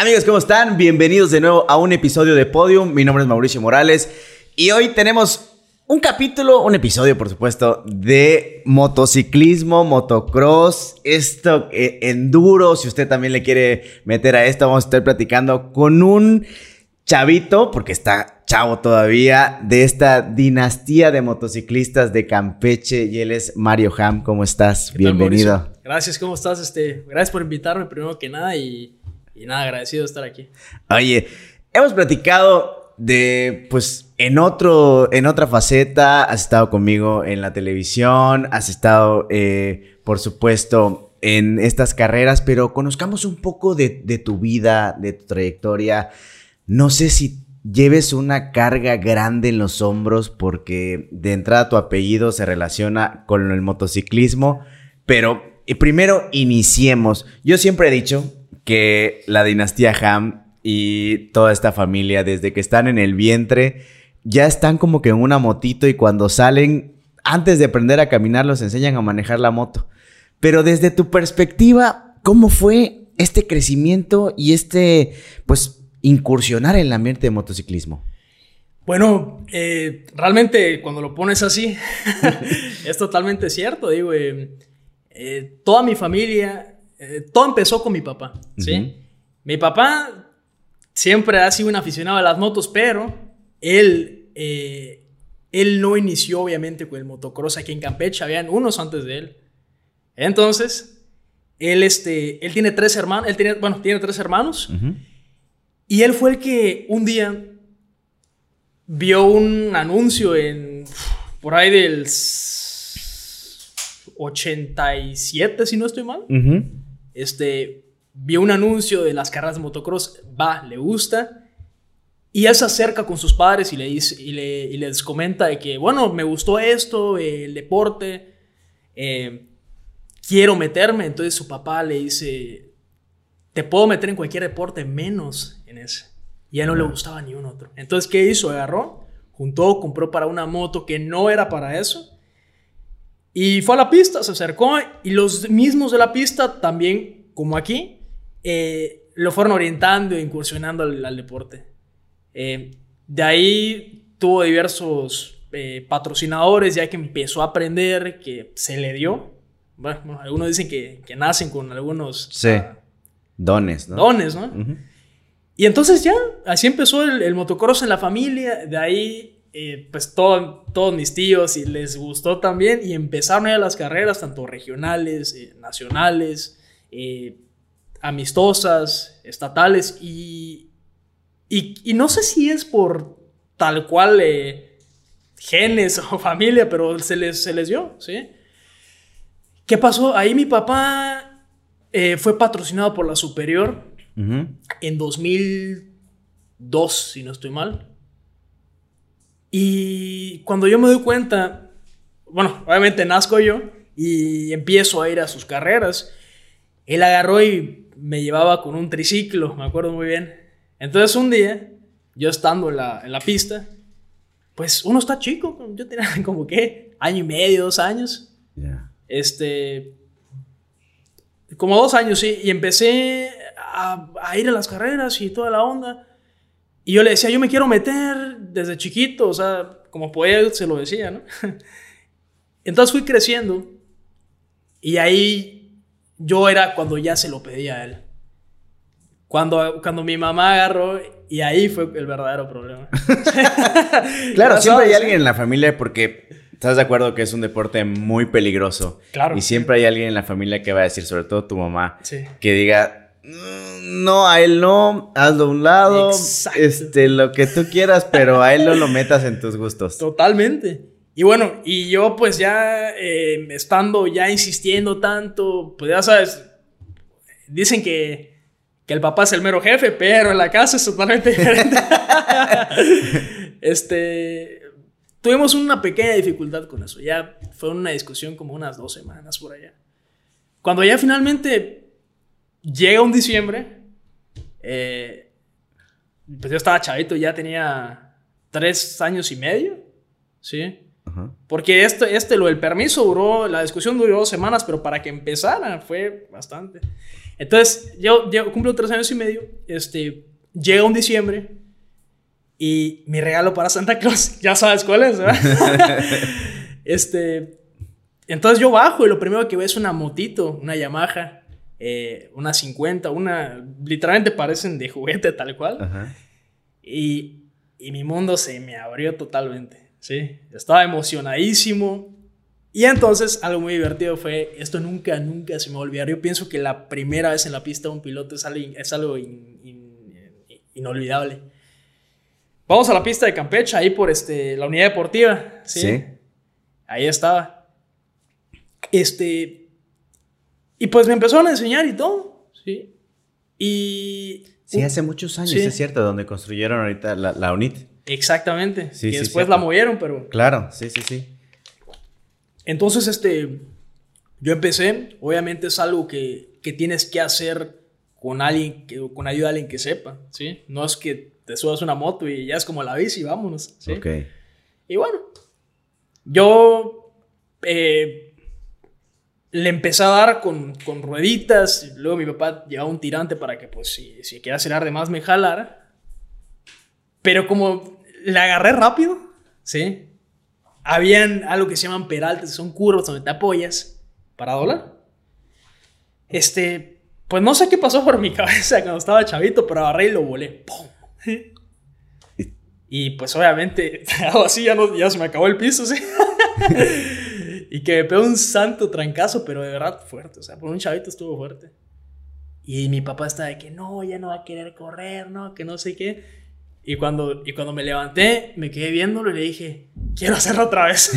Amigos, ¿cómo están? Bienvenidos de nuevo a un episodio de Podium. Mi nombre es Mauricio Morales y hoy tenemos un episodio, por supuesto, de motociclismo, motocross, enduro. Si usted también le quiere meter a esto, vamos a estar platicando con un chavito, porque está chavo todavía, de esta dinastía de motociclistas de Campeche, y él es Mario Ham. ¿Cómo estás? Bienvenido. Mauricio? Gracias, ¿cómo estás? Gracias por invitarme primero que nada y nada, agradecido de estar aquí. Oye, hemos platicado de, pues, en otra faceta. Has estado conmigo en la televisión, has estado, por supuesto, en estas carreras, pero conozcamos un poco de tu vida, de tu trayectoria. No sé si lleves una carga grande en los hombros, porque de entrada tu apellido se relaciona con el motociclismo, pero primero iniciemos. Yo siempre he dicho que la dinastía Ham y toda esta familia, desde que están en el vientre, ya están como que en una motito, y cuando salen, antes de aprender a caminar, los enseñan a manejar la moto. Pero desde tu perspectiva, ¿cómo fue este crecimiento y pues, incursionar en el ambiente de motociclismo? Bueno, realmente cuando lo pones así, es totalmente cierto. Digo, toda mi familia, todo empezó con mi papá, ¿sí? Uh-huh. Mi papá siempre ha sido un aficionado a las motos, pero él no inició obviamente con el motocross aquí en Campeche. Habían unos antes de él. Entonces, él tiene tres hermanos. Tiene tres hermanos. Uh-huh. Y él fue el que un día vio un anuncio por ahí del 87, si no estoy mal. Uh-huh. Vio un anuncio de las carreras de motocross, le gusta, y él se acerca con sus padres y les comenta de que, bueno, me gustó esto, el deporte, quiero meterme. Entonces su papá le dice, te puedo meter en cualquier deporte menos en ese. Y a él no le gustaba ni un otro. Entonces, ¿qué hizo? Agarró, compró para una moto que no era para eso, y fue a la pista, se acercó, y los mismos de la pista también, como aquí, lo fueron orientando e incursionando al deporte. De ahí tuvo diversos patrocinadores, ya que empezó a aprender, que se le dio. Bueno, algunos dicen que nacen con algunos dones, ¿no? Dones, ¿no? Uh-huh. Y entonces ya, así empezó el motocross en la familia. De ahí, pues todos mis tíos y les gustó también, y empezaron a ir a las carreras, tanto regionales, nacionales, amistosas, estatales, y no sé si es por tal cual genes o familia, pero se les dio, ¿sí? ¿Qué pasó? Ahí mi papá fue patrocinado por la Superior. Uh-huh. En 2002, si no estoy mal. Y cuando yo me doy cuenta, bueno, obviamente nazco yo y empiezo a ir a sus carreras, él agarró y me llevaba con un triciclo, me acuerdo muy bien. Entonces un día, yo estando en la pista, pues uno está chico, yo tenía como que año y medio, 2 años. Yeah. Como 2 años, sí, y empecé a ir a las carreras y toda la onda. Y yo le decía, yo me quiero meter desde chiquito, o sea, como podía, se lo decía, ¿no? Entonces fui creciendo, y ahí yo era cuando ya se lo pedía a él. Cuando mi mamá agarró, y ahí fue el verdadero problema. Claro, siempre hay alguien en la familia, porque estás de acuerdo que es un deporte muy peligroso. Claro. Y siempre hay alguien en la familia que va a decir, sobre todo tu mamá, sí, que diga, no, a él no, hazlo a un lado. Exacto. Lo que tú quieras, pero a él no lo metas en tus gustos. Totalmente. Y bueno, y yo pues ya estando ya insistiendo tanto, pues ya sabes, dicen que el papá es el mero jefe, pero en la casa es totalmente diferente. Tuvimos una pequeña dificultad con eso. Ya fue una discusión como unas 2 semanas por allá. Cuando ya finalmente llega un diciembre, pues yo estaba chavito, ya tenía 3 años y medio, ¿sí? Uh-huh. Porque lo del permiso la discusión duró 2 semanas, pero para que empezara fue bastante. Entonces, yo cumplo 3 años y medio. Llega un diciembre y mi regalo para Santa Claus, ya sabes cuál es, ¿verdad? Entonces yo bajo y lo primero que veo es una motito, una Yamaha, una 50, literalmente parecen de juguete tal cual. Ajá. Y mi mundo se me abrió totalmente, ¿sí? Estaba emocionadísimo. Y entonces algo muy divertido fue, esto nunca se me va a olvidar. Yo pienso que la primera vez en la pista de un piloto es algo inolvidable. Vamos a la pista de Campeche, ahí por la unidad deportiva, ¿sí? Sí. Ahí estaba. Y pues me empezaron a enseñar y todo, ¿sí? Sí, hace muchos años, sí. Es cierto, donde construyeron ahorita la UNIT. Exactamente. Sí, y sí, después cierto. la movieron, pero... Claro, sí. Entonces, yo empecé. Obviamente es algo que tienes que hacer con alguien, con ayuda de alguien que sepa, ¿sí? No es que te subas una moto y ya es como la bici, vámonos, ¿sí? Ok. Y bueno, yo le empecé a dar con rueditas. Y luego mi papá llevaba un tirante para que, pues, si quería acelerar de más, me jalara. Pero como le agarré rápido, ¿sí? Habían algo que se llaman peraltes, son curvas donde te apoyas para doblar. Pues no sé qué pasó por mi cabeza cuando estaba chavito, pero agarré y lo volé. ¡Pum! Y pues obviamente, algo así, ya se me acabó el piso, ¿sí? Y que me pegó un santo trancazo, pero de verdad fuerte. O sea, por un chavito estuvo fuerte. Y mi papá estaba de que no, ya no va a querer correr, no, que no sé qué. Y cuando me levanté, me quedé viéndolo y le dije, quiero hacerlo otra vez.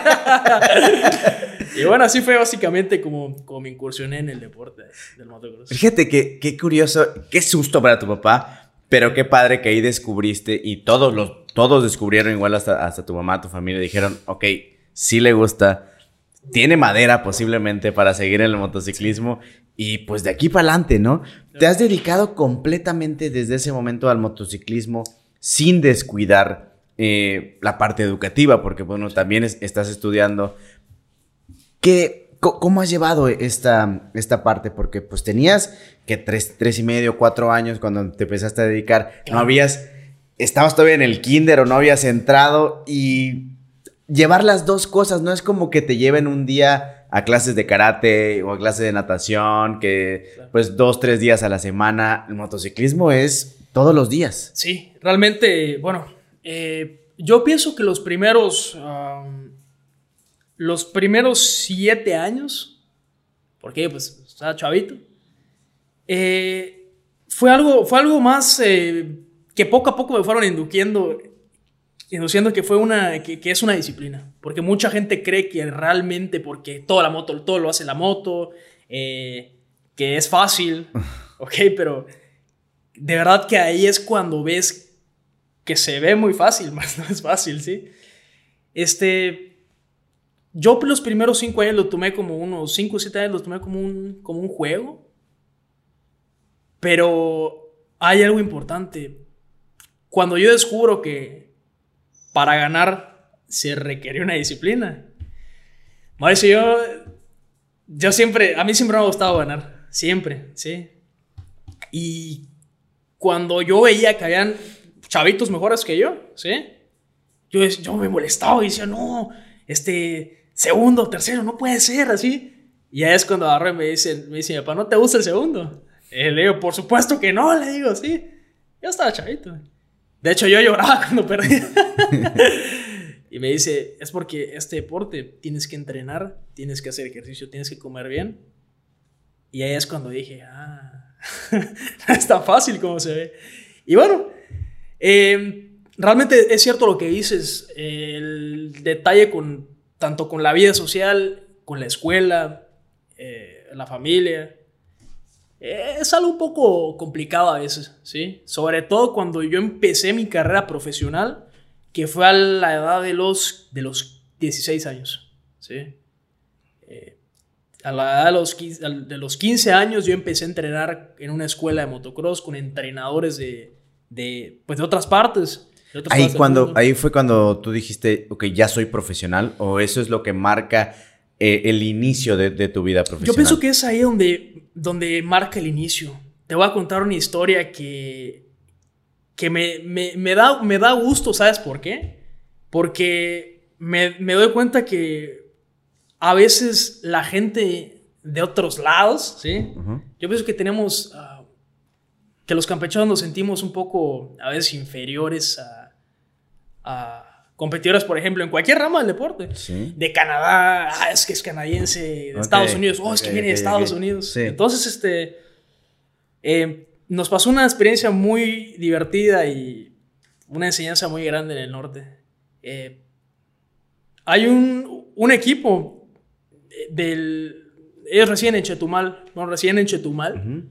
Y bueno, así fue básicamente como me incursioné en el deporte del motocross. Fíjate qué curioso, qué susto para tu papá, pero qué padre que ahí descubriste y todos descubrieron, igual hasta tu mamá, tu familia, dijeron, ok, sí le gusta, tiene madera posiblemente para seguir en el motociclismo. Y pues de aquí para adelante, ¿no? Te has dedicado completamente desde ese momento al motociclismo sin descuidar la parte educativa, porque bueno, también estás estudiando. ¿Cómo has llevado esta parte? Porque pues tenías que 3 y medio, 4 años cuando te empezaste a dedicar. Claro. Estabas todavía en el kinder o no habías entrado, y llevar las dos cosas no es como que te lleven un día a clases de karate o a clases de natación, que pues 2-3 días a la semana. El motociclismo es todos los días. Sí, realmente, bueno, yo pienso que los primeros 7 años, porque pues estaba chavito, fue algo más que poco a poco me fueron induciendo que que es una disciplina, porque mucha gente cree que realmente porque todo lo hace la moto, que es fácil, ok, pero de verdad que ahí es cuando ves que se ve muy fácil, más no es fácil, ¿sí? Yo los primeros 5 años lo tomé como unos 5 o 7 años, los tomé como un juego, pero hay algo importante. Cuando yo descubro que para ganar se requiere una disciplina. Mauricio, a mí siempre me ha gustado ganar, siempre, ¿sí? Y cuando yo veía que habían chavitos mejores que yo, ¿sí? Yo me molestaba y decía, no, segundo, tercero, no puede ser así. Y ya es cuando agarré y me dice mi papá, ¿no te gusta el segundo? Le digo, por supuesto que no, le digo, sí. Yo estaba chavito. De hecho, yo lloraba cuando perdía. Y me dice, es porque este deporte tienes que entrenar, tienes que hacer ejercicio, tienes que comer bien. Y ahí es cuando dije, no es tan fácil como se ve. Y bueno, realmente es cierto lo que dices, el detalle tanto con la vida social, con la escuela, la familia. Es algo un poco complicado a veces, ¿sí? Sobre todo cuando yo empecé mi carrera profesional, que fue a la edad de los 16 años, ¿sí? A la edad de los 15 años yo empecé a entrenar en una escuela de motocross con entrenadores de otras partes. Ahí fue cuando tú dijiste, ok, ya soy profesional, o eso es lo que marca el inicio de tu vida profesional? Yo pienso que es ahí donde marca el inicio. Te voy a contar una historia que me da gusto, ¿sabes por qué? Porque me doy cuenta que a veces la gente de otros lados, ¿sí? Uh-huh. Yo pienso que tenemos... que los campechanos nos sentimos un poco a veces inferiores a competidores, por ejemplo, en cualquier rama del deporte. ¿Sí? De Canadá, es que es canadiense, de Estados Unidos, es que viene de Estados Unidos. Sí. Entonces, nos pasó una experiencia muy divertida y una enseñanza muy grande en el norte. Hay un equipo ellos residen en Chetumal. Uh-huh.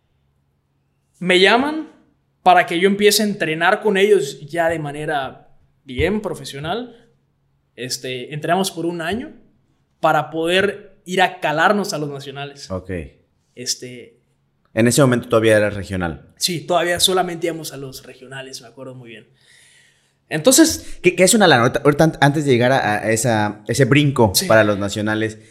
Me llaman para que yo empiece a entrenar con ellos ya de manera bien profesional. Entrenamos por 1 año para poder ir a calarnos a los nacionales. Ok. En ese momento todavía era regional. Sí, todavía solamente íbamos a los regionales, me acuerdo muy bien. Entonces... ¿Qué es una lana? Ahorita, antes de llegar a ese brinco sí. para los nacionales,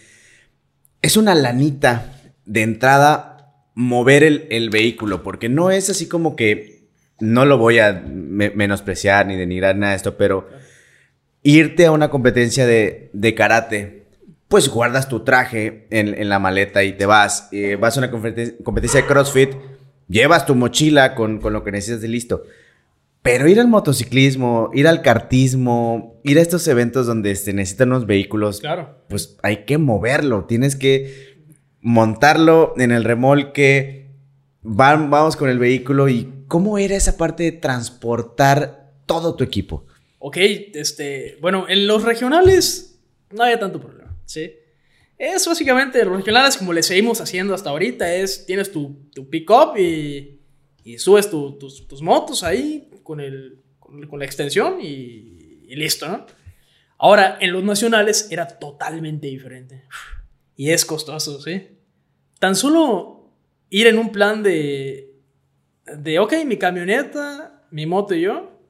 es una lanita de entrada mover el vehículo, porque no es así como que... No lo voy a menospreciar ni denigrar nada de esto, pero irte a una competencia de karate, pues guardas tu traje en la maleta y te vas. Vas a una competencia de CrossFit, llevas tu mochila con lo que necesitas de listo. Pero ir al motociclismo, ir al kartismo, ir a estos eventos donde se necesitan unos vehículos, claro. Pues hay que moverlo. Tienes que montarlo en el remolque. Vamos con el vehículo. ¿Y cómo era esa parte de transportar todo tu equipo? Ok, bueno, en los regionales no había tanto problema, ¿sí? Es básicamente, los regionales como le seguimos haciendo hasta ahorita, tienes tu pick-up y subes tus motos ahí con la extensión y listo, ¿no? Ahora, en los nacionales era totalmente diferente. Y es costoso, ¿sí? Tan solo ir en un plan de ok, mi camioneta, mi moto y yo,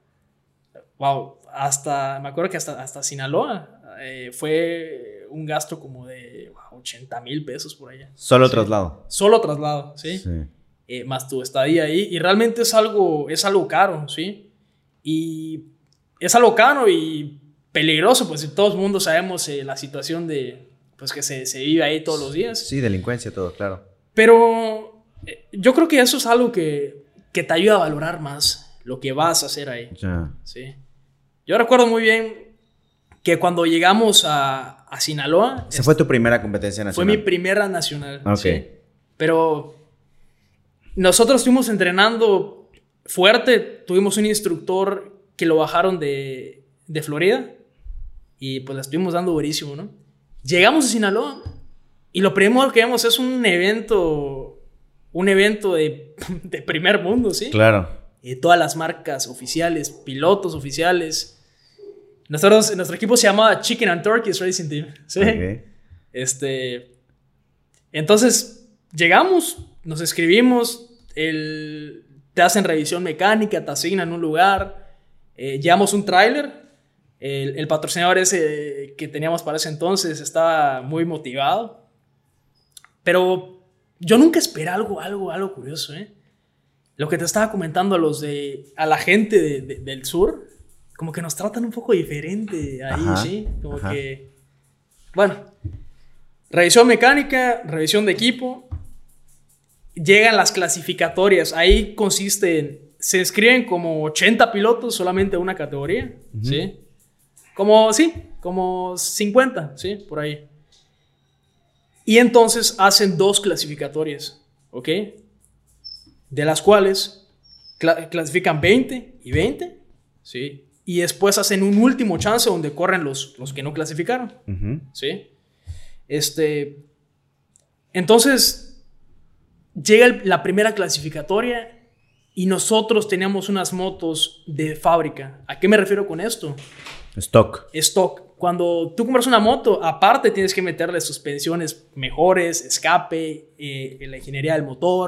wow, me acuerdo que hasta Sinaloa fue un gasto como de 80,000 pesos por allá. ¿Solo ¿sí? traslado? Solo traslado, ¿sí? Sí. Más tu estadía ahí, y realmente es algo caro, ¿sí? Y es algo caro y peligroso, pues todo el mundo sabemos la situación pues que se vive ahí todos los días. Sí, delincuencia, todo, claro. Pero yo creo que eso es algo que te ayuda a valorar más lo que vas a hacer ahí. Ya. ¿Sí? Yo recuerdo muy bien que cuando llegamos a Sinaloa... ¿Esa fue tu primera competencia nacional? Fue mi primera nacional. Ok. ¿sí? Pero nosotros estuvimos entrenando fuerte. Tuvimos un instructor que lo bajaron de Florida y pues la estuvimos dando durísimo, ¿no? Llegamos a Sinaloa y lo primero que vemos es un evento de primer mundo, ¿sí? Claro. Todas las marcas oficiales, pilotos oficiales. Nuestro equipo se llamaba Chicken and Turkeys Racing Team, ¿sí? Okay. Entonces, llegamos, nos inscribimos, te hacen revisión mecánica, te asignan un lugar, llevamos un tráiler. El patrocinador ese que teníamos para ese entonces estaba muy motivado. Pero yo nunca esperé algo curioso, ¿eh? Lo que te estaba comentando a la gente del sur, como que nos tratan un poco diferente ahí, ajá, ¿sí? Como ajá. que... Bueno, revisión mecánica, revisión de equipo. Llegan las clasificatorias. Ahí se inscriben como 80 pilotos solamente a una categoría, uh-huh. ¿sí? Como 50, ¿sí? Por ahí. Y entonces hacen 2 clasificatorias, ¿ok? De las cuales clasifican 20 y 20, ¿sí? Y después hacen un último chance donde corren los que no clasificaron, uh-huh. ¿sí? Entonces llega la primera clasificatoria y nosotros teníamos unas motos de fábrica. ¿A qué me refiero con esto? Stock. Cuando tú compras una moto, aparte tienes que meterle suspensiones mejores, escape, la ingeniería del motor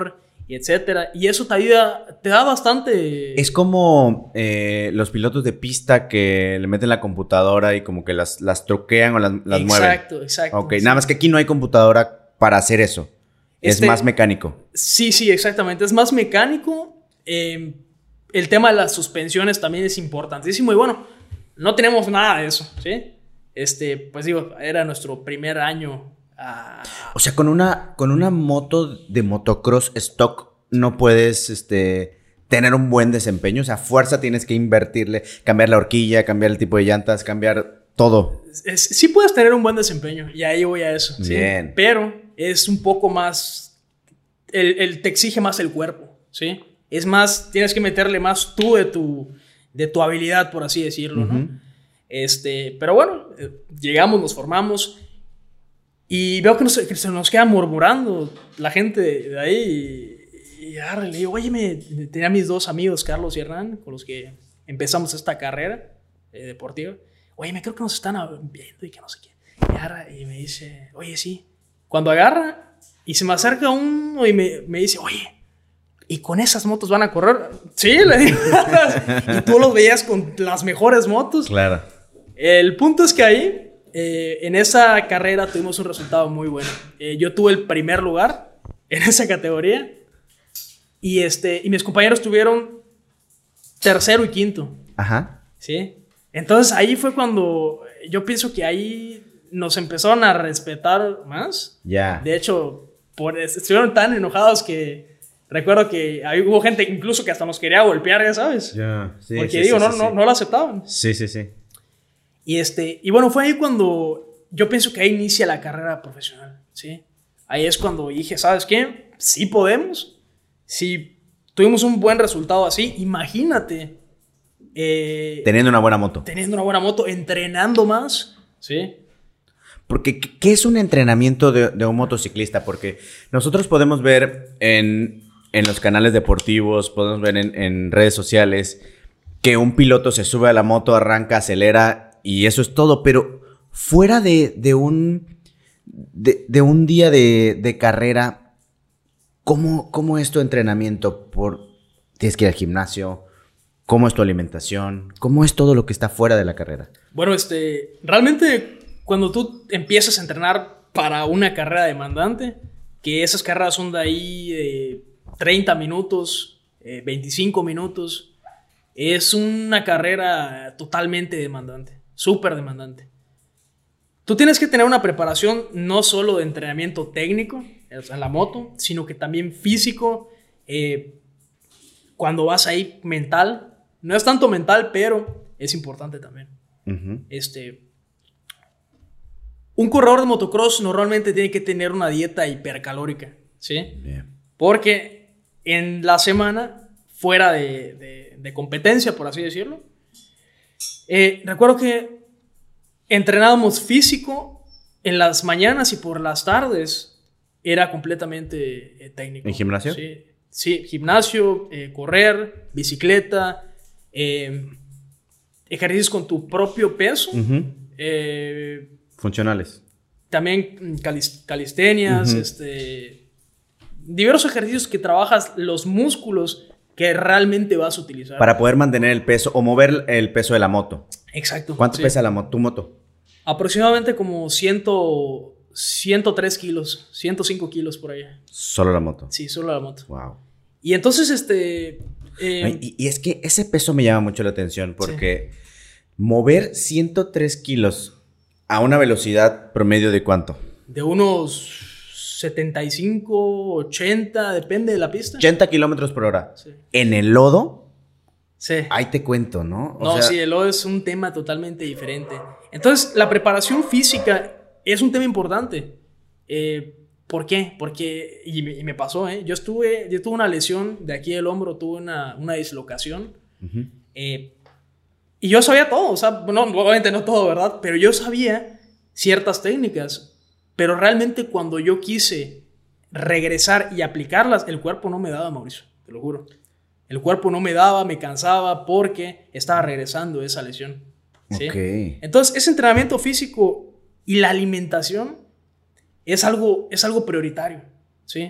y etcétera. Y eso te ayuda, te da bastante... Es como los pilotos de pista que le meten la computadora y como que las truquean o las mueven. Exacto. Ok, sí. Nada más que aquí no hay computadora para hacer eso. Es más mecánico. Sí, exactamente. Es más mecánico. El tema de las suspensiones también es importantísimo. Y bueno, no tenemos nada de eso, ¿sí? Pues digo, era nuestro primer año. O sea, con una moto de motocross stock no puedes tener un buen desempeño. O sea, a fuerza tienes que invertirle, cambiar la horquilla, cambiar el tipo de llantas, cambiar todo. Sí puedes tener un buen desempeño, y ahí voy a eso. Bien. ¿sí? Pero es un poco más... te exige más el cuerpo, ¿sí? Es más, tienes que meterle más tú de tu habilidad, por así decirlo, ¿no? Pero bueno, llegamos, nos formamos y veo que se nos queda murmurando la gente de ahí y ahora le digo, oye, tenía mis dos amigos, Carlos y Hernán, con los que empezamos esta carrera deportiva. Oye, me creo que nos están viendo y que no sé qué. Y me dice, oye, sí. Cuando agarra y se me acerca uno y me dice, oye, ¿y con esas motos van a correr? Sí, le digo. Y tú los veías con las mejores motos. Claro. El punto es que ahí, en esa carrera tuvimos un resultado muy bueno. Yo tuve el primer lugar en esa categoría y mis compañeros tuvieron tercero y quinto. Ajá. ¿Sí? Entonces ahí fue cuando yo pienso que ahí nos empezaron a respetar más. Ya. De hecho, estuvieron tan enojados que recuerdo que hubo gente incluso que hasta nos quería golpear, ya sabes. Ya. Sí, porque no lo aceptaban. Sí. Y bueno, fue ahí cuando yo pienso que ahí inicia la carrera profesional, ¿sí? Ahí es cuando dije, ¿sabes qué? Sí podemos. Si tuvimos un buen resultado así, imagínate. Teniendo una buena moto. Entrenando más, ¿sí? Porque, ¿qué es un entrenamiento de un motociclista? Porque nosotros podemos ver en los canales deportivos, podemos ver en redes sociales que un piloto se sube a la moto, arranca, acelera y eso es todo. Pero fuera de un día de carrera, ¿cómo es tu entrenamiento? ¿Tienes que ir al gimnasio? ¿Cómo es tu alimentación? ¿Cómo es todo lo que está fuera de la carrera? Bueno, realmente cuando tú empiezas a entrenar para una carrera demandante, que esas carreras son de ahí de 30 minutos, 25 minutos, es una carrera totalmente demandante, súper demandante. Tú tienes que tener una preparación no solo de entrenamiento técnico en la moto, sino que también físico, cuando vas ahí mental. No es tanto mental, pero es importante también. Uh-huh. Un corredor de motocross normalmente tiene que tener una dieta hipercalórica, ¿sí? Bien. Porque en la semana, fuera de competencia, por así decirlo, recuerdo que entrenábamos físico en las mañanas y por las tardes era completamente técnico. ¿En gimnasio? Sí, gimnasio, correr, bicicleta, ejercicios con tu propio peso. Uh-huh. Funcionales. También calistenias, uh-huh. Diversos ejercicios que trabajas los músculos que realmente vas a utilizar. Para poder mantener el peso o mover el peso de la moto. Exacto. ¿Cuánto pesa tu moto? Aproximadamente como 103 kilos, 105 kilos por allá. ¿Solo la moto? Sí, solo la moto. Wow. Y entonces, y es que ese peso me llama mucho la atención porque mover 103 kilos a una velocidad promedio ¿de cuánto? De unos 75, 80, depende de la pista. 80 kilómetros por hora. Sí. ¿En el lodo? Sí. Ahí te cuento, ¿no? Sí, el lodo es un tema totalmente diferente. Entonces, la preparación física es un tema importante. ¿Por qué? Porque, y me pasó, yo tuve una lesión de aquí del hombro, tuve una dislocación. Uh-huh. Y yo sabía todo, o sea, no, obviamente no todo, ¿verdad? Pero yo sabía ciertas técnicas. Pero realmente cuando yo quise regresar y aplicarlas, el cuerpo no me daba, Mauricio, te lo juro. El cuerpo no me daba, me cansaba porque estaba regresando de esa lesión. ¿Sí? Okay. Entonces, ese entrenamiento físico y la alimentación es algo prioritario, ¿sí?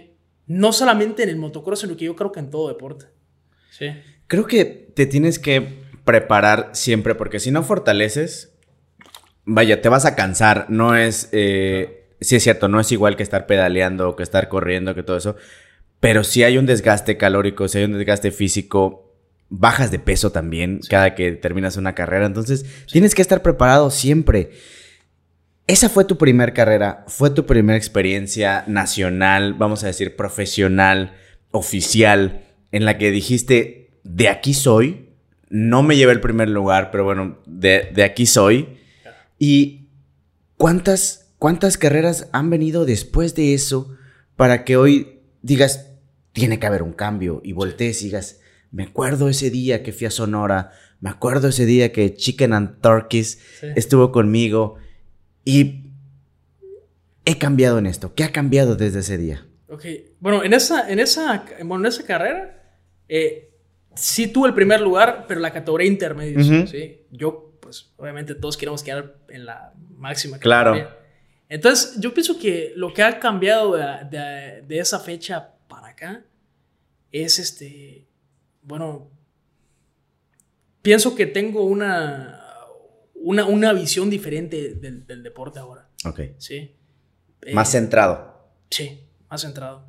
no solamente en el motocross, sino que yo creo que en todo deporte. Sí. Creo que te tienes que preparar siempre, porque si no fortaleces, vaya, te vas a cansar. No es, sí es cierto, no es igual que estar pedaleando, que estar corriendo, que todo eso. Pero sí hay un desgaste calórico, sí hay un desgaste físico. Bajas de peso también cada que terminas una carrera. Entonces, tienes que estar preparado siempre. Esa fue tu primer carrera, fue tu primera experiencia nacional, vamos a decir profesional, oficial, en la que dijiste, de aquí soy, no me llevé el primer lugar, pero bueno, de aquí soy. ¿Y cuántas carreras han venido después de eso para que hoy digas, tiene que haber un cambio, y voltees y digas, me acuerdo ese día que fui a Sonora, me acuerdo ese día que Chicken and Turkeys estuvo conmigo? Y he cambiado en esto. ¿Qué ha cambiado desde ese día? Ok, bueno, en esa carrera sí tuve el primer lugar, pero la categoría intermedia, ¿sí? Yo, pues, obviamente todos queremos quedar en la máxima categoría. Claro. Entonces, yo pienso que lo que ha cambiado de esa fecha para acá es bueno, pienso que tengo una visión diferente del deporte ahora. Ok. Sí. Más centrado. Sí, más centrado.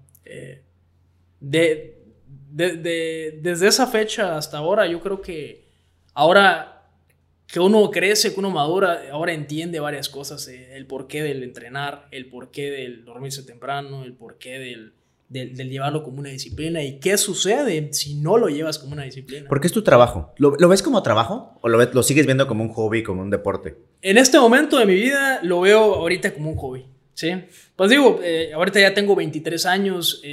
Desde esa fecha hasta ahora, yo creo que ahora que uno crece, que uno madura, ahora entiende varias cosas. El porqué del entrenar, el porqué del dormirse temprano, el porqué del llevarlo como una disciplina y qué sucede si no lo llevas como una disciplina. Porque es tu trabajo. ¿Lo ves como trabajo o lo sigues viendo como un hobby, como un deporte? En este momento de mi vida lo veo ahorita como un hobby, ¿sí? Pues digo, ahorita ya tengo 23 años.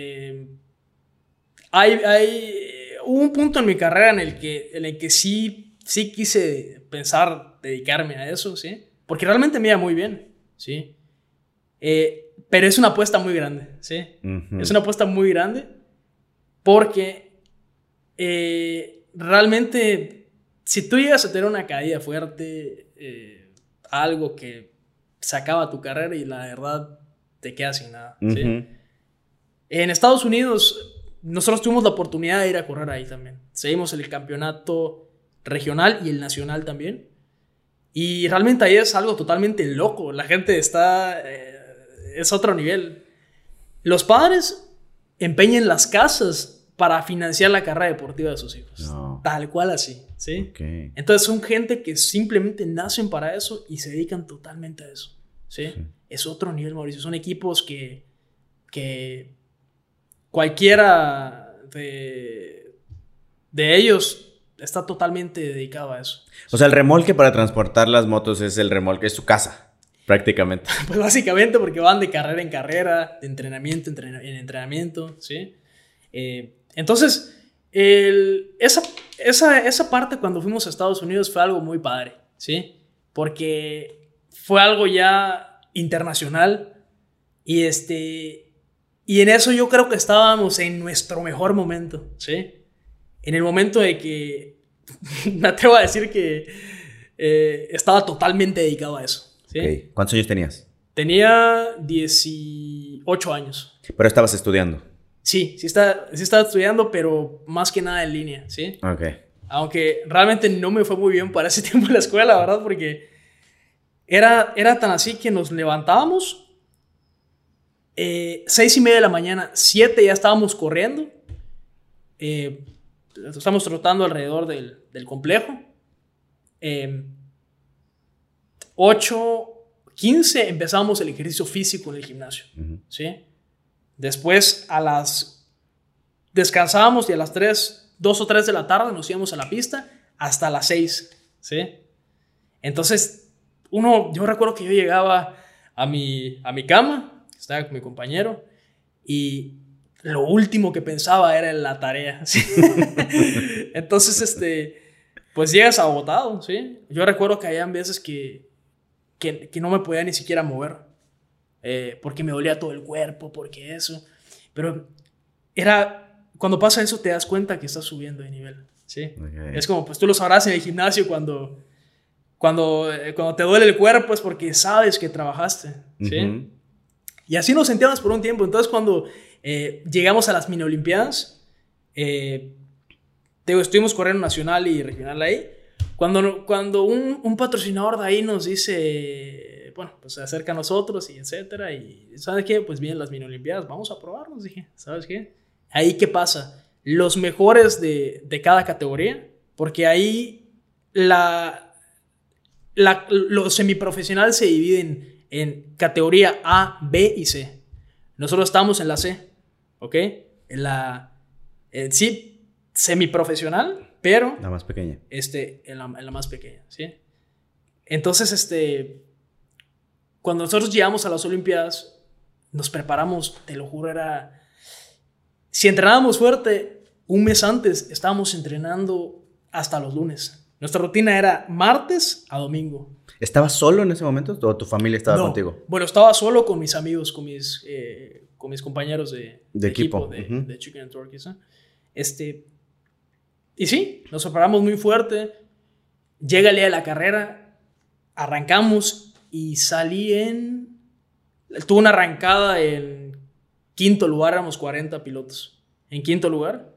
Hubo un punto en mi carrera en el que sí quise pensar dedicarme a eso, ¿sí? Porque realmente me iba muy bien, ¿sí? Pero es una apuesta muy grande, ¿sí? Uh-huh. Es una apuesta muy grande porque realmente si tú llegas a tener una caída fuerte, algo que se acaba tu carrera y la verdad te quedas sin nada, ¿sí? Uh-huh. En Estados Unidos nosotros tuvimos la oportunidad de ir a correr ahí también. Seguimos el campeonato regional y el nacional también. Y realmente ahí es algo totalmente loco. La gente está... es otro nivel. Los padres empeñan las casas para financiar la carrera deportiva de sus hijos. No. Tal cual así, ¿sí? Okay. Entonces son gente que simplemente nacen para eso y se dedican totalmente a eso, ¿sí? Sí. Es otro nivel, Mauricio. Son equipos que cualquiera de ellos está totalmente dedicado a eso. O sea, el remolque para transportar las motos es el remolque, es su casa, prácticamente. Pues básicamente porque van de carrera en carrera, de entrenamiento en entrenamiento, ¿sí? Entonces, esa parte cuando fuimos a Estados Unidos fue algo muy padre, ¿sí? Porque fue algo ya internacional y en eso yo creo que estábamos en nuestro mejor momento, ¿sí? En el momento de que me atrevo a decir que estaba totalmente dedicado a eso, ¿sí? Okay. ¿Cuántos años tenías? Tenía 18 años. ¿Pero estabas estudiando? Sí estaba estudiando, pero más que nada en línea, ¿sí? Ok. Aunque realmente no me fue muy bien para ese tiempo en la escuela, la verdad, porque era tan así que nos levantábamos 6:30 de la mañana, 7 ya estábamos corriendo. Estamos trotando alrededor del complejo. 8:15 empezábamos el ejercicio físico en el gimnasio, uh-huh. ¿Sí? Después descansábamos y a las 2 o 3 de la tarde nos íbamos a la pista hasta las 6, ¿sí? Entonces, yo recuerdo que yo llegaba a mi cama, estaba con mi compañero, y lo último que pensaba era en la tarea, ¿sí? Entonces, pues llegas agotado, ¿sí? Yo recuerdo que habían veces que no me podía ni siquiera mover, porque me dolía todo el cuerpo, porque eso. Pero cuando pasa eso te das cuenta que estás subiendo de nivel, ¿sí? Okay. Es como, pues tú lo sabrás en el gimnasio cuando te duele el cuerpo es porque sabes que trabajaste, ¿sí? Uh-huh. Y así nos sentíamos por un tiempo. Entonces cuando Llegamos a las mini olimpiadas. Estuvimos corriendo nacional y regional ahí. Cuando un patrocinador de ahí nos dice, bueno, pues se acerca a nosotros y etcétera, y ¿sabes qué? Pues vienen las mini olimpiadas, vamos a probarnos, dije, ¿sabes qué? Ahí, ¿qué pasa? Los mejores de cada categoría, porque ahí los semiprofesionales se dividen en categoría A, B y C. Nosotros estamos en la C, ¿ok? Sí, semiprofesional, pero la más pequeña. En la más pequeña, ¿sí? Entonces, cuando nosotros llegamos a las Olimpiadas, nos preparamos, te lo juro, si entrenábamos fuerte, un mes antes estábamos entrenando hasta los lunes. Nuestra rutina era martes a domingo. ¿Estabas solo en ese momento o tu familia estaba contigo? Bueno, estaba solo con mis amigos, con mis compañeros de equipo de Chicken and Turkeys, ¿no? Y sí, nos preparamos muy fuerte. Llega el día de la carrera, arrancamos y tuve una arrancada en quinto lugar, éramos 40 pilotos. En quinto lugar.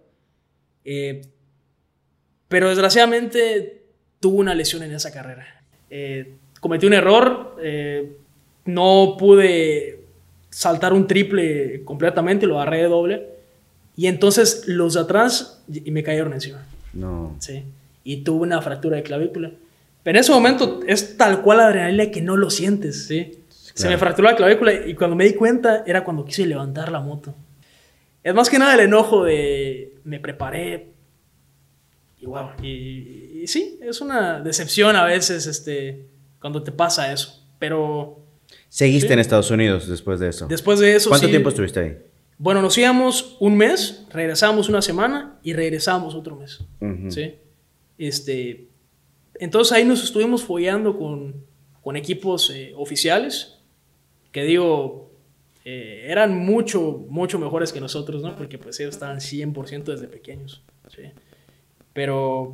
Pero desgraciadamente tuve una lesión en esa carrera. Cometí un error, no pude saltar un triple completamente, lo agarré de doble. Y entonces los de atrás me cayeron encima. No. Sí. Y tuve una fractura de clavícula. Pero en ese momento es tal cual la adrenalina que no lo sientes, ¿sí? Claro. Se me fracturó la clavícula y cuando me di cuenta era cuando quise levantar la moto. Es más que nada el enojo de me preparé y wow. Y sí, es una decepción a veces cuando te pasa eso. Pero... ¿Seguiste ¿sí? en Estados Unidos después de eso? Después de eso, ¿Cuánto sí. tiempo estuviste ahí? Bueno, nos íbamos un mes, regresábamos una semana y regresábamos otro mes. Uh-huh. ¿Sí? Entonces ahí nos estuvimos fogueando con equipos oficiales, que digo, eran mucho, mucho mejores que nosotros, ¿no? Porque pues ellos estaban 100% desde pequeños, ¿sí? Pero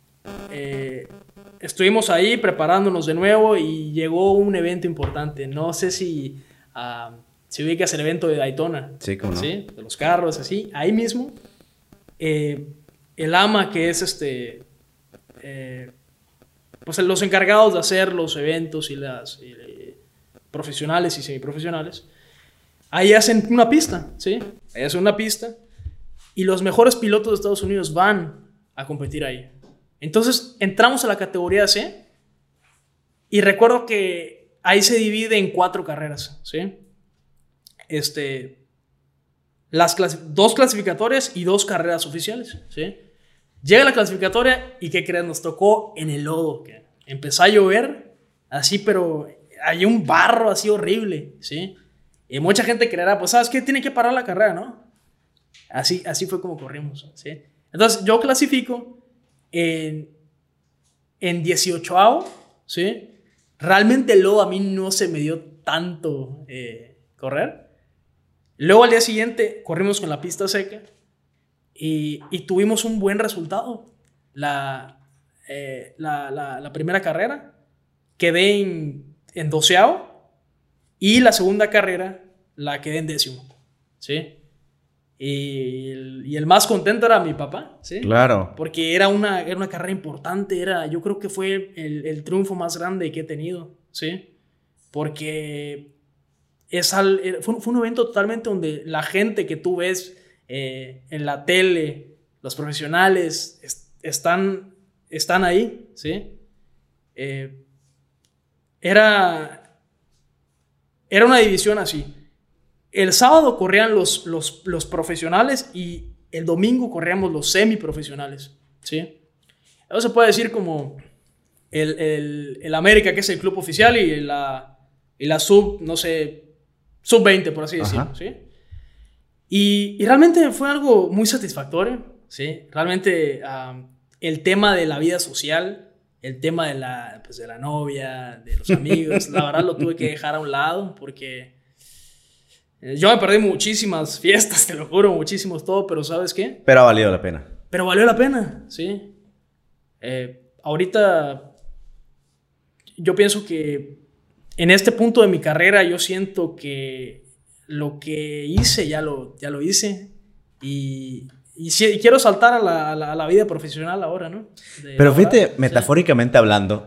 estuvimos ahí preparándonos de nuevo y llegó un evento importante. No sé si ubicas el evento de Daytona. Sí, ¿cómo no? ¿Sí? De los carros, así. Ahí mismo, el AMA, que es pues los encargados de hacer los eventos y las profesionales y semiprofesionales, ahí hacen una pista, ¿sí? Ahí hacen una pista y los mejores pilotos de Estados Unidos van a competir ahí. Entonces entramos a la categoría C y recuerdo que ahí se divide en 4 carreras, ¿sí? Dos clasificatorias y 2 carreras oficiales, ¿sí? Llega la clasificatoria y ¿qué crees? Nos tocó en el lodo, que empezó a llover así, pero hay un barro así horrible, ¿sí? Y mucha gente creerá, pues ¿sabes qué? Tiene que parar la carrera, ¿no? Así fue como corrimos, ¿sí? Entonces yo clasifico en 18avo, ¿sí? Realmente el lodo a mí no se me dio tanto correr. Luego al día siguiente corrimos con la pista seca y tuvimos un buen resultado. La primera carrera quedé en 12avo y la segunda carrera la quedé en 10º, ¿sí? Y el más contento era mi papá, ¿sí? Claro. Porque era una carrera importante, yo creo que fue el triunfo más grande que he tenido, ¿sí? Porque fue un evento totalmente donde la gente que tú ves en la tele, los profesionales, están ahí, ¿sí? Era una división así. El sábado corrían los profesionales y el domingo corríamos los semiprofesionales, ¿sí? Eso se puede decir como el América, que es el club oficial, y la no sé, sub-20, por así decirlo, ¿sí? Y realmente fue algo muy satisfactorio, ¿sí? Realmente el tema de la vida social, el tema de la novia, de los amigos, la verdad lo tuve que dejar a un lado porque yo me perdí muchísimas fiestas, te lo juro, muchísimos todo, pero ¿sabes qué? Pero ha valido la pena. Pero valió la pena, ¿sí? Ahorita yo pienso que en este punto de mi carrera yo siento que lo que hice, ya lo hice. Y quiero saltar a la vida profesional ahora, ¿no? Pero fíjate, metafóricamente hablando,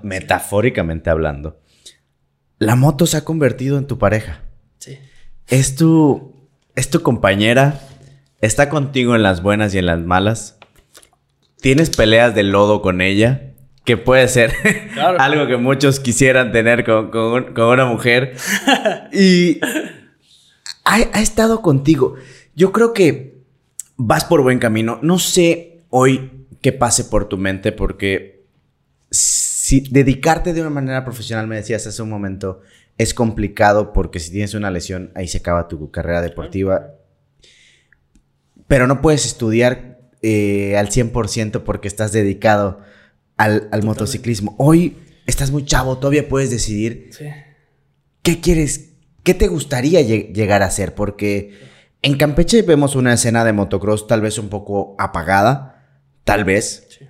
la moto se ha convertido en tu pareja. Sí. Es tu compañera, está contigo en las buenas y en las malas. Tienes peleas de lodo con ella, que puede ser claro. Algo que muchos quisieran tener con una mujer. Y ha estado contigo. Yo creo que vas por buen camino. No sé hoy qué pase por tu mente, porque si dedicarte de una manera profesional, me decías hace un momento, es complicado, porque si tienes una lesión, ahí se acaba tu carrera deportiva. Pero no puedes estudiar al 100% porque estás dedicado al motociclismo. Hoy estás muy chavo, todavía puedes decidir qué quieres, qué te gustaría llegar a hacer, porque en Campeche vemos una escena de motocross tal vez un poco apagada, tal vez. Sí.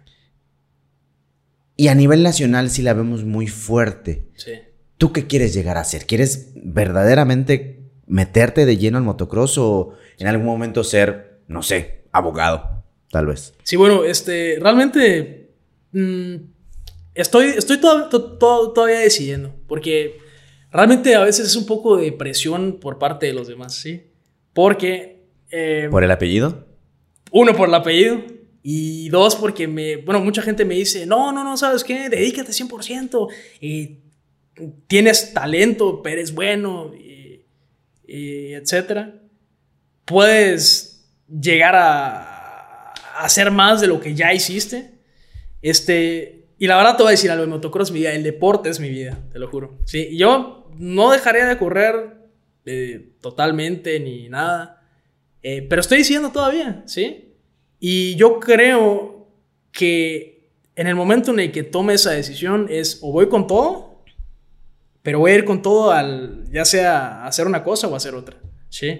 Y a nivel nacional sí la vemos muy fuerte. Sí. ¿Tú qué quieres llegar a hacer? ¿Quieres verdaderamente meterte de lleno al motocross o en algún momento ser, no sé, abogado? Tal vez. Sí, bueno, realmente estoy todavía decidiendo, porque realmente a veces es un poco de presión por parte de los demás, ¿sí? Porque... ¿Por el apellido? Uno, por el apellido. Y dos, porque mucha gente me dice, no, ¿sabes qué? Dedícate 100%. Tienes talento, eres bueno, etcétera. Puedes llegar a hacer más de lo que ya hiciste. Y la verdad te voy a decir algo, el motocross es mi vida, el deporte es mi vida, te lo juro. ¿Sí? Y yo no dejaría de correr totalmente ni nada. Pero estoy diciendo todavía, ¿sí? Y yo creo que en el momento en el que tome esa decisión es o voy con todo, pero voy a ir con todo ya sea a hacer una cosa o a hacer otra, ¿sí?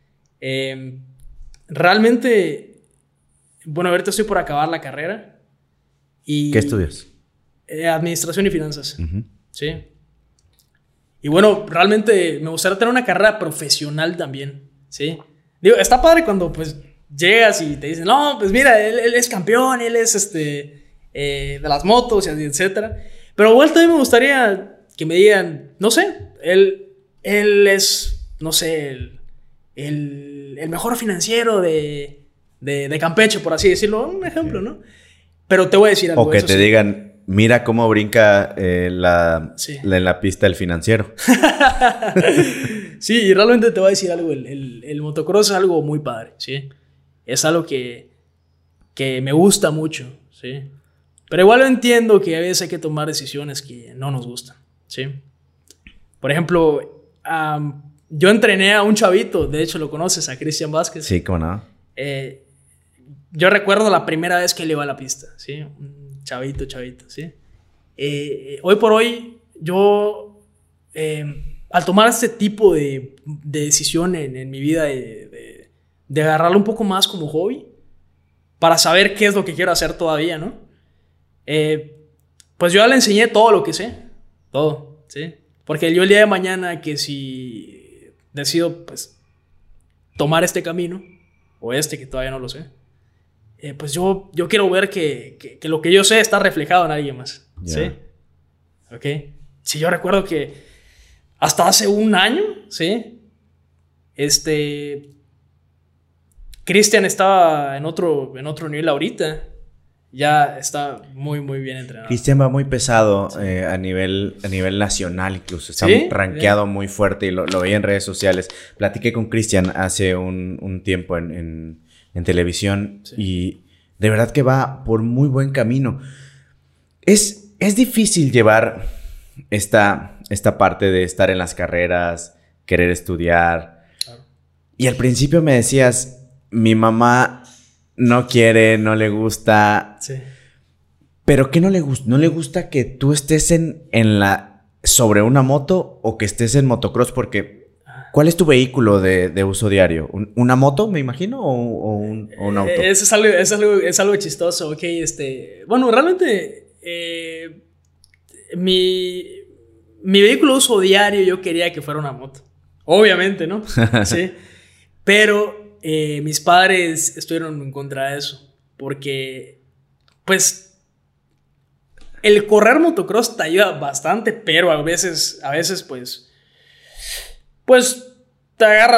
Realmente... Bueno, ahorita estoy por acabar la carrera. ¿Qué estudias? Administración y finanzas. Uh-huh. Sí. Y bueno, realmente me gustaría tener una carrera profesional también. Sí. Digo, está padre cuando pues llegas y te dicen, no, pues mira, él es campeón, él es de las motos, etcétera. Pero igual también me gustaría que me digan, no sé, él es, no sé, el mejor financiero de Campeche, por así decirlo, un ejemplo, ¿no? Pero te voy a decir algo. O que te digan, mira cómo brinca en la pista el financiero. Sí, y realmente te voy a decir algo, el motocross es algo muy padre, ¿sí? Es algo que me gusta mucho, ¿sí? Pero igual entiendo que a veces hay que tomar decisiones que no nos gustan, ¿sí? Por ejemplo, yo entrené a un chavito, de hecho lo conoces, a Cristian Vázquez. Sí, cómo no. Yo recuerdo la primera vez que él iba a la pista, ¿sí? Un chavito, ¿sí? Hoy por hoy, yo, al tomar este tipo de decisión en mi vida, de agarrarlo un poco más como hobby, para saber qué es lo que quiero hacer todavía, ¿no? Pues yo ya le enseñé todo lo que sé, todo, ¿sí? Porque yo el día de mañana que si decido, pues, tomar este camino, o que todavía no lo sé, pues yo quiero ver que lo que yo sé está reflejado en alguien más, ¿sí? ¿Ok? Sí, yo recuerdo que hasta hace un año, ¿sí? Cristian estaba en otro nivel ahorita. Ya está muy, muy bien entrenado. Cristian va muy pesado, sí. a nivel nacional incluso. Está rankeado muy fuerte y lo veía en redes sociales. Platiqué con Cristian hace un tiempo en televisión, sí. Y de verdad que va por muy buen camino. Es difícil llevar esta parte de estar en las carreras, querer estudiar. Claro. Y al principio me decías, mi mamá no quiere, no le gusta. Sí. ¿Pero qué no le gusta? ¿No le gusta que tú estés sobre una moto o que estés en motocross? Porque ¿cuál es tu vehículo de uso diario? ¿Una moto, me imagino, o un auto? Eso es algo chistoso, ok. Bueno, realmente mi vehículo de uso diario yo quería que fuera una moto, Obviamente, ¿no? Sí. Pero mis padres estuvieron en contra de eso. Porque, pues, el correr motocross te ayuda bastante, pero a veces pues, te agarra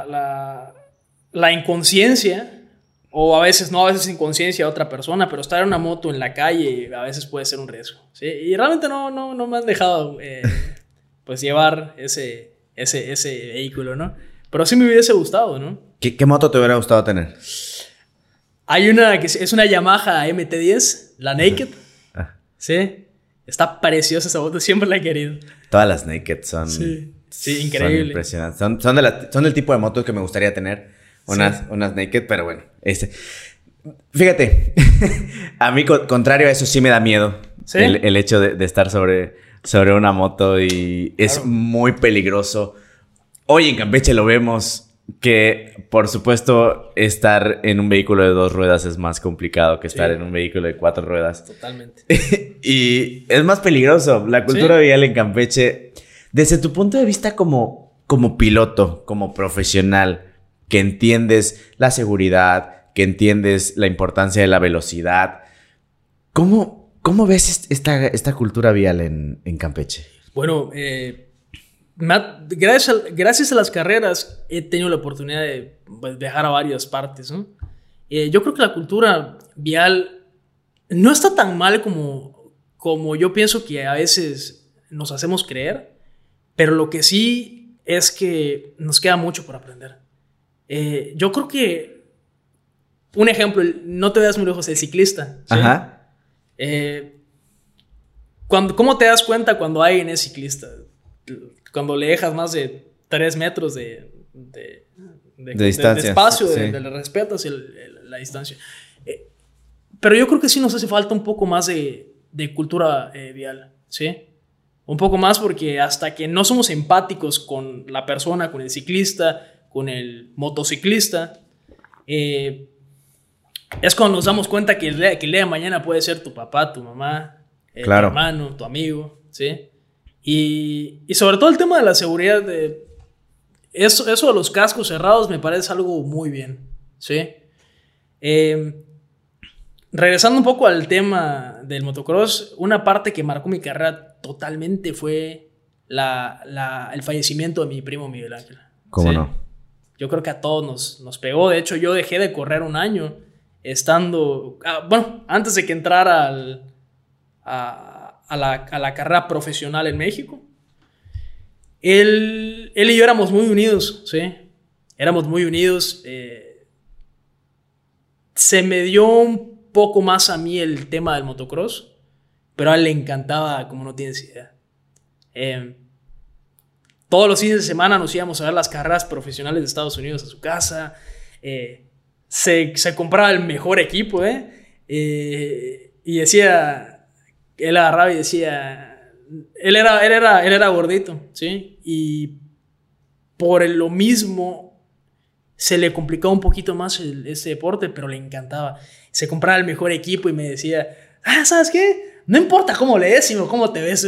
la inconsciencia. O a veces inconsciencia a otra persona, pero estar en una moto en la calle a veces puede ser un riesgo, ¿sí? Y realmente no me han dejado pues llevar ese vehículo, ¿no? Pero sí me hubiese gustado, ¿no? ¿Qué moto te hubiera gustado tener? Hay una que es una Yamaha MT-10, la Naked. Sí, está preciosa esa moto, siempre la he querido. Todas las Naked son... Sí, increíble. Son impresionantes. Son del tipo de motos que me gustaría tener. Unas Naked, pero bueno. Fíjate, a mí, contrario a eso, sí me da miedo. ¿Sí? El hecho de estar sobre una moto y claro. Es muy peligroso. Hoy en Campeche lo vemos que, por supuesto, estar en un vehículo de 2 ruedas es más complicado que estar en un vehículo de 4 ruedas. Totalmente. Y es más peligroso. La cultura vial en Campeche, desde tu punto de vista como piloto, como profesional, que entiendes la seguridad, que entiendes la importancia de la velocidad. ¿Cómo ves esta cultura vial en Campeche? Bueno, gracias a las carreras he tenido la oportunidad de viajar a varias partes, ¿no? Yo creo que la cultura vial no está tan mal como yo pienso que a veces nos hacemos creer, pero lo que sí es que nos queda mucho por aprender. Yo creo que un ejemplo, no te veas muy lejos, el ciclista, ¿sí? Ajá. ¿Cómo te das cuenta cuando alguien es ciclista? Cuando le dejas más de 3 metros de distancia, de espacio, sí. Le respetas la distancia. Pero yo creo que sí nos hace falta un poco más de cultura vial, ¿sí? Un poco más, porque hasta que no somos empáticos con la persona, con el ciclista, con el motociclista, es cuando nos damos cuenta que el día de mañana puede ser tu papá, tu mamá, claro. Tu hermano, tu amigo, ¿sí? Y sobre todo el tema de la seguridad, eso de los cascos cerrados me parece algo muy bien, ¿sí? Regresando un poco al tema del motocross, una parte que marcó mi carrera totalmente fue el fallecimiento de mi primo Miguel Ángel. ¿Cómo ¿sí? no? Yo creo que a todos nos pegó. De hecho, yo dejé de correr un año estando... antes de que entrara a la carrera profesional en México. Él y yo éramos muy unidos, ¿sí? Éramos muy unidos. Se me dio un poco más a mí el tema del motocross, pero a él le encantaba, como no tienes idea. Todos los fines de semana nos íbamos a ver las carreras profesionales de Estados Unidos a su casa. Se compraba el mejor equipo, y decía, él agarraba y decía, él era gordito, ¿sí? Y por lo mismo se le complicaba un poquito más este deporte, pero le encantaba. Se compraba el mejor equipo y me decía, ¿sabes qué? No importa cómo lees, sino cómo te ves.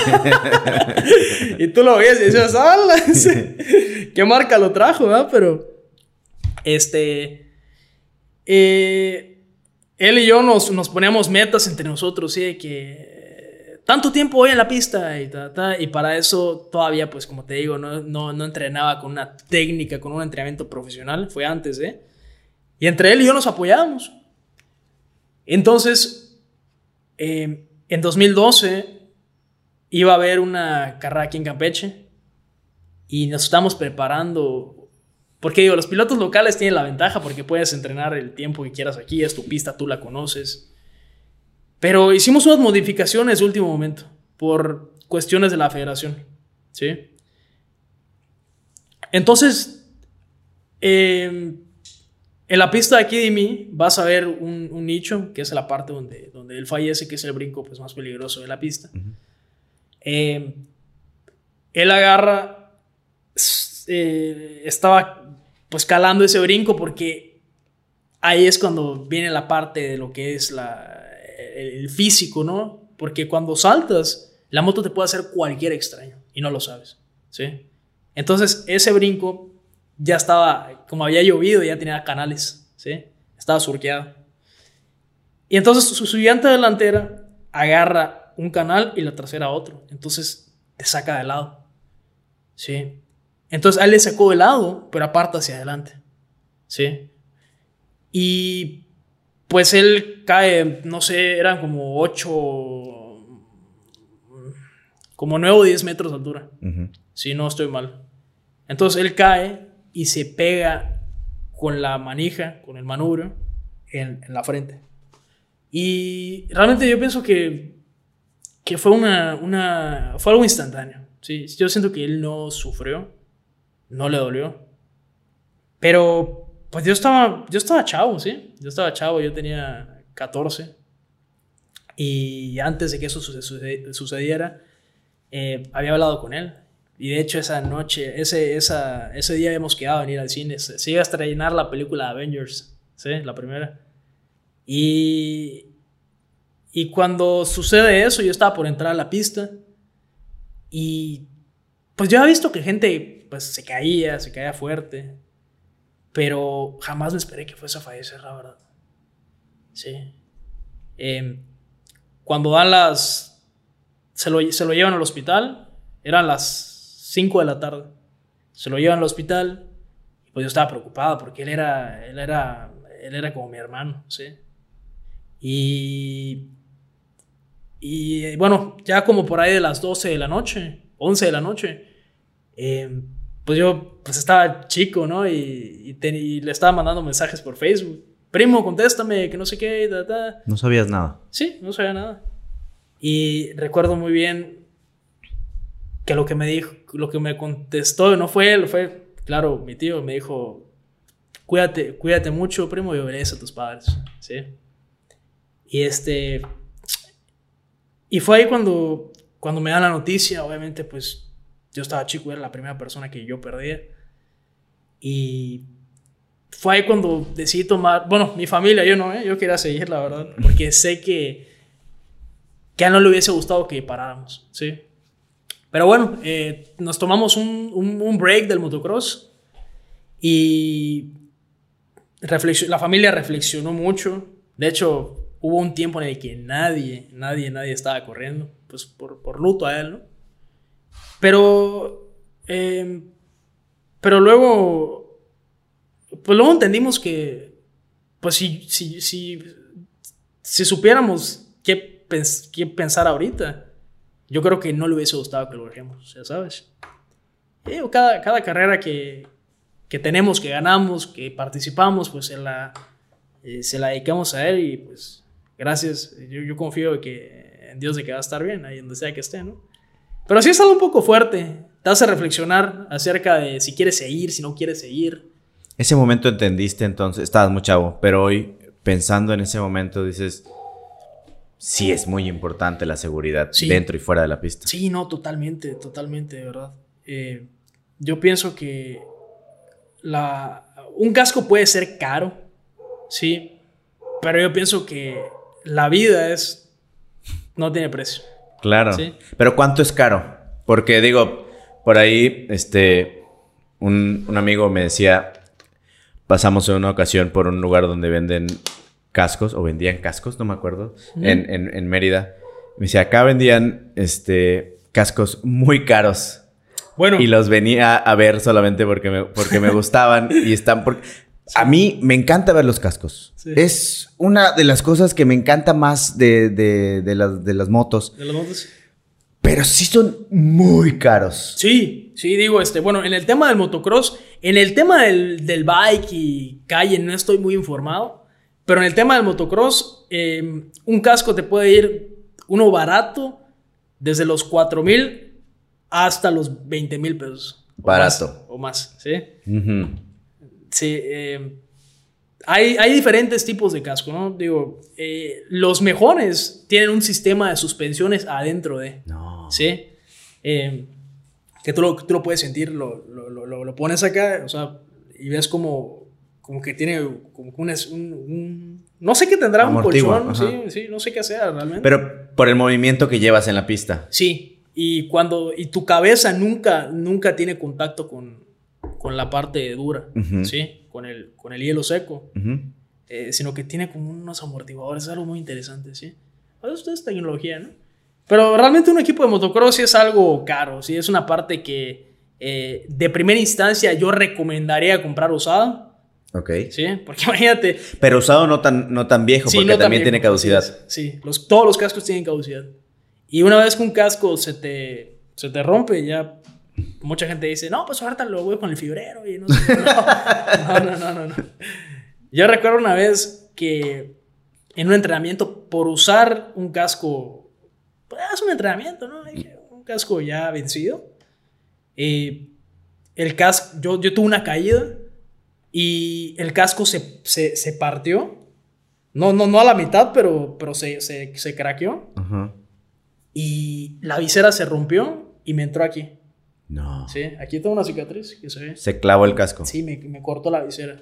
Y tú lo ves y dices, ¡hala! ¿Qué marca lo trajo, verdad? Pero él y yo nos poníamos metas entre nosotros, ¿sí? Que tanto tiempo voy en la pista y para eso todavía, pues como te digo, no entrenaba con una técnica, con un entrenamiento profesional. Fue antes, y entre él y yo nos apoyábamos. Entonces, en 2012 iba a haber una carrera aquí en Campeche y nos estamos preparando, porque digo, los pilotos locales tienen la ventaja porque puedes entrenar el tiempo que quieras aquí, es tu pista, tú la conoces, pero hicimos unas modificaciones de último momento por cuestiones de la federación, ¿sí? Entonces, en la pista de aquí de mí vas a ver un nicho, que es la parte donde él fallece, que es el brinco pues, más peligroso de la pista. Uh-huh. Él agarra, estaba pues calando ese brinco porque ahí es cuando viene la parte de lo que es el físico, ¿no? Porque cuando saltas, la moto te puede hacer cualquier extraño y no lo sabes, ¿sí? Entonces, ese brinco ya estaba, como había llovido, ya tenía canales, ¿sí? Estaba surqueado. Y entonces su llanta delantera agarra un canal y la trasera otro. Entonces, te saca de lado, ¿sí? Entonces, a él le sacó de lado, pero aparta hacia adelante, ¿sí? Y pues él cae, no sé, eran como 8, como 9 o 10 metros de altura. Si no estoy mal. Entonces él cae y se pega con la manija, con el manubrio, en la frente. Y realmente yo pienso que fue fue algo instantáneo, ¿sí? Yo siento que él no sufrió, no le dolió. Pero pues yo estaba chavo, ¿sí? Yo estaba chavo, yo tenía 14. Y antes de que eso sucediera, había hablado con él. Y de hecho esa noche, ese día habíamos quedado a venir al cine. Se iba a estrenar la película Avengers, ¿sí? La primera. Y cuando sucede eso, yo estaba por entrar a la pista. Y pues yo había visto que gente pues se caía fuerte. Pero jamás me esperé que fuese a fallecer, la verdad. Sí. Cuando dan se lo llevan al hospital. Eran las 5 de la tarde. Se lo llevan al hospital. Y pues yo estaba preocupado porque él era como mi hermano, ¿sí? Y bueno, ya como por ahí de las 12 de la noche, 11 de la noche, pues yo pues estaba chico, ¿no? Y le estaba mandando mensajes por Facebook. Primo, contéstame, que no sé qué, ¿No sabías nada? Sí, no sabía nada. Y recuerdo muy bien que lo que me dijo, lo que me contestó, no fue él, fue, claro, mi tío me dijo, cuídate mucho, primo, y obedece a tus padres, ¿sí? Y fue ahí cuando me dan la noticia, obviamente, pues, yo estaba chico, era la primera persona que yo perdía. Y fue ahí cuando decidí tomar, bueno, mi familia, yo no, yo quería seguir, la verdad, porque sé que a él no le hubiese gustado que paráramos, ¿sí? Pero bueno, nos tomamos un break del motocross y la familia reflexionó mucho. De hecho, hubo un tiempo en el que nadie estaba corriendo, pues por luto a él, ¿no? Pero luego, pues luego entendimos que, pues si supiéramos qué pensar ahorita, yo creo que no le hubiese gustado que lo dejemos, ya sabes. Cada carrera que tenemos, que ganamos, que participamos, pues se la dedicamos a él y pues gracias. Yo confío en Dios de que va a estar bien ahí donde sea que esté, ¿no? Pero sí es algo un poco fuerte. Te hace reflexionar acerca de si quieres seguir, si no quieres seguir. Ese momento entendiste entonces, estabas muy chavo, pero hoy pensando en ese momento dices, sí es muy importante la seguridad dentro y fuera de la pista. Sí, no, totalmente, de verdad. Yo pienso que un casco puede ser caro, sí, pero yo pienso que la vida no tiene precio. Claro. ¿Sí? Pero ¿cuánto es caro? Porque digo, por ahí, un amigo me decía, pasamos en una ocasión por un lugar donde venden cascos, o vendían cascos, no me acuerdo, en Mérida. Me decía, acá vendían, cascos muy caros. Bueno. Y los venía a ver solamente porque me gustaban y están... Sí. A mí me encanta ver los cascos. Sí. Es una de las cosas que me encanta más de las motos. De las motos. Pero sí son muy caros. Sí, digo, bueno, en el tema del motocross, en el tema del bike y calle no estoy muy informado, pero en el tema del motocross, un casco te puede ir uno barato desde los 4,000 hasta los 20,000 pesos. Barato. O más, ¿sí? Uh-huh. Sí, hay diferentes tipos de casco, ¿no? Digo, los mejores tienen un sistema de suspensiones adentro de... No. ¿Sí? Que tú lo puedes sentir, lo pones acá, o sea, y ves como que tiene como un no sé qué tendrá, amortigua, un colchón, sí, no sé qué sea realmente. Pero por el movimiento que llevas en la pista. Sí, Y tu cabeza nunca tiene contacto con la parte dura, ¿sí? Con el hielo seco. Sino que tiene como unos amortiguadores. Es algo muy interesante, ¿sí? Esto es tecnología, ¿no? Pero realmente un equipo de motocross sí es algo caro, ¿sí? Es una parte que de primera instancia yo recomendaría comprar usado. Ok. Sí, porque imagínate. Pero usado no tan viejo, porque no también tiene caducidad. Sí, todos los cascos tienen caducidad. Y una vez que un casco se te rompe, ya mucha gente dice, no, pues ahorita lo voy con el fibrero y no sé. No. Yo recuerdo una vez que en un entrenamiento, por usar un casco, pues es un entrenamiento, ¿no? Un casco ya vencido. El casco, yo tuve una caída y el casco se partió. No a la mitad, pero se craqueó. Y la visera se rompió y me entró aquí. No. Sí, aquí tengo una cicatriz que se ve. Se clavó el casco. Sí, me cortó la visera.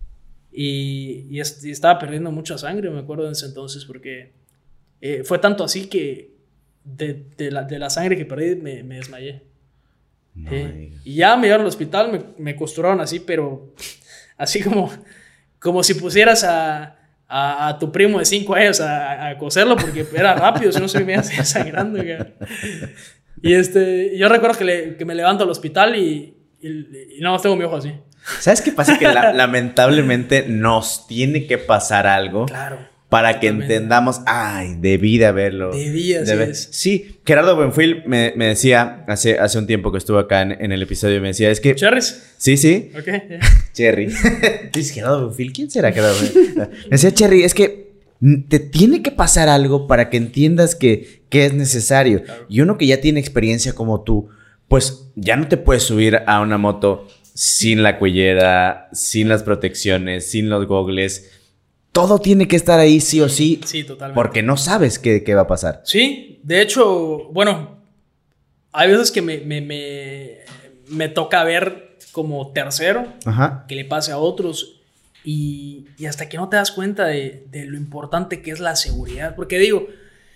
Y estaba perdiendo mucha sangre, me acuerdo en ese entonces, porque fue tanto así que de la sangre que perdí me desmayé. No, y ya me llevaron al hospital, me costuraron así, pero así como si pusieras a tu primo de 5 años a coserlo, porque era rápido, si no se me iba sangrando. Y yo recuerdo que me levanto al hospital y no, tengo mi ojo así. ¿Sabes qué pasa? Que lamentablemente nos tiene que pasar algo. Claro. Para Totalmente. que entendamos, debí de haberlo. Sí, Gerardo Buenfil me decía hace un tiempo que estuvo acá en el episodio, me decía, es que... ¿Cherries? Sí. Ok, yeah. Cherry. ¿Dices Gerardo Buenfil? ¿Quién será Gerardo Buenfil? Me decía, Cherry, es que te tiene que pasar algo para que entiendas que es necesario. Claro. Y uno que ya tiene experiencia como tú, pues ya no te puedes subir a una moto sin la cuellera, sin las protecciones, sin los gogles. Todo tiene que estar ahí sí o sí. Sí, totalmente. Porque no sabes qué va a pasar. Sí, de hecho, bueno, hay veces que me toca ver como tercero. Ajá. Que le pase a otros. Y hasta que no te das cuenta de lo importante que es la seguridad. Porque digo,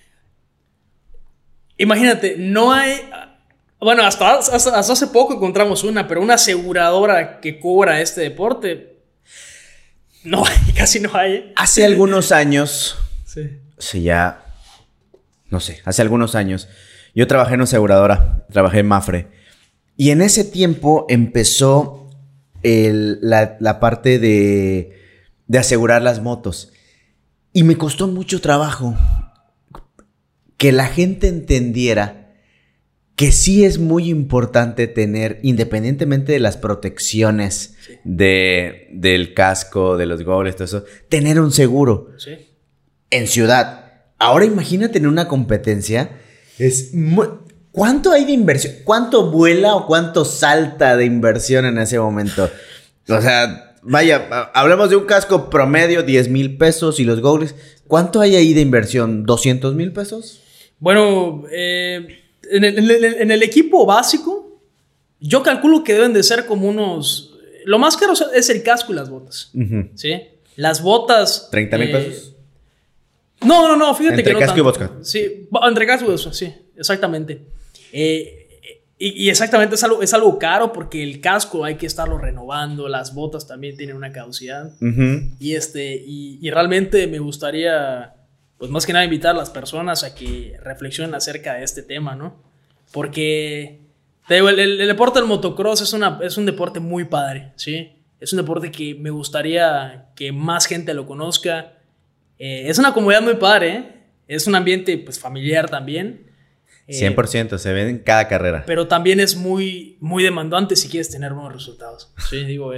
imagínate, no hay... Bueno, hasta hace poco encontramos pero una aseguradora que cubra este deporte, no hay, casi no hay. Hace algunos años, sí, ya, no sé, hace algunos años, yo trabajé en una aseguradora, trabajé en Mafre, y en ese tiempo empezó la parte de asegurar las motos, y me costó mucho trabajo que la gente entendiera que sí es muy importante tener, independientemente de las protecciones del casco, de los goggles, todo eso, tener un seguro. Sí. En ciudad. Ahora imagínate en una competencia, ¿cuánto hay de inversión? ¿Cuánto vuela o cuánto salta de inversión en ese momento? O sea, vaya, hablamos de un casco promedio, 10,000 pesos y los goggles. ¿Cuánto hay ahí de inversión? ¿200,000 pesos? Bueno, en el equipo básico, yo calculo que deben de ser como unos... Lo más caro es el casco y las botas. ¿Sí? Las botas... 30,000 pesos. No, fíjate que no entre casco y tanto. vodka. Sí, entre casco y vodka, sí, exactamente. Y exactamente es algo caro porque el casco hay que estarlo renovando, las botas también tienen una caducidad. Y realmente me gustaría... pues más que nada invitar a las personas a que reflexionen acerca de este tema, ¿no? Porque, te digo, el deporte del motocross es un deporte muy padre, ¿sí? Es un deporte que me gustaría que más gente lo conozca. Es una comunidad muy padre, ¿eh? Es un ambiente, pues, familiar también. 100%, se ve en cada carrera. Pero también es muy, muy demandante si quieres tener buenos resultados. Sí, digo,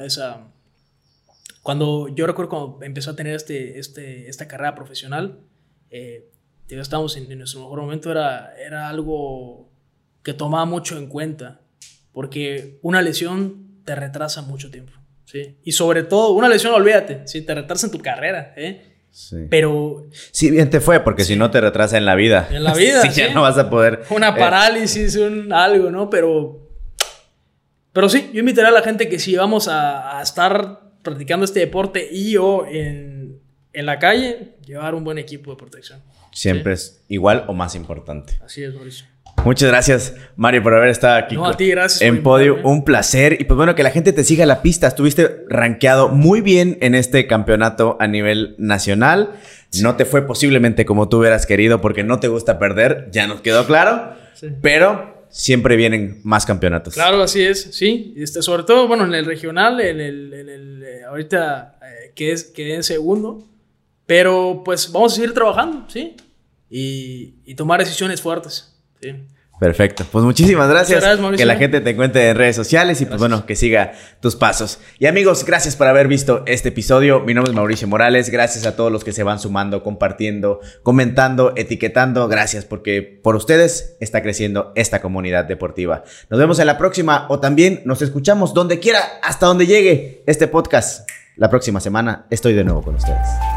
cuando yo recuerdo cuando empezó a tener esta carrera profesional, estábamos en nuestro mejor momento, era algo que tomaba mucho en cuenta, porque una lesión te retrasa mucho tiempo, ¿sí? Y sobre todo, una lesión, olvídate, ¿sí? Te retrasa en tu carrera, Sí. Pero... sí, bien te fue, porque si no te retrasa en la vida. En la vida, sí. Ya no vas a poder... Una parálisis, algo, ¿no? Pero sí, yo invitaría a la gente que si vamos a estar practicando este deporte o en la calle, llevar un buen equipo de protección. Siempre es igual o más importante. Así es, Mauricio. Muchas gracias, Mario, por haber estado aquí a ti, gracias en Podio. Un placer. Y pues bueno, que la gente te siga la pista. Estuviste rankeado muy bien en este campeonato a nivel nacional. Sí. No te fue posiblemente como tú hubieras querido porque no te gusta perder, ya nos quedó claro. Sí. Pero siempre vienen más campeonatos. Claro, así es, sí. Sobre todo, bueno, en el regional, ahorita quedé en segundo. Pero pues vamos a seguir trabajando, ¿sí? Y tomar decisiones fuertes, ¿sí? Perfecto. Pues muchísimas gracias. Mauricio. Que la gente te encuentre en redes sociales y pues bueno, que siga tus pasos. Y amigos, gracias por haber visto este episodio. Mi nombre es Mauricio Morales. Gracias a todos los que se van sumando, compartiendo, comentando, etiquetando. Gracias porque por ustedes está creciendo esta comunidad deportiva. Nos vemos en la próxima o también nos escuchamos donde quiera, hasta donde llegue este podcast. La próxima semana estoy de nuevo con ustedes.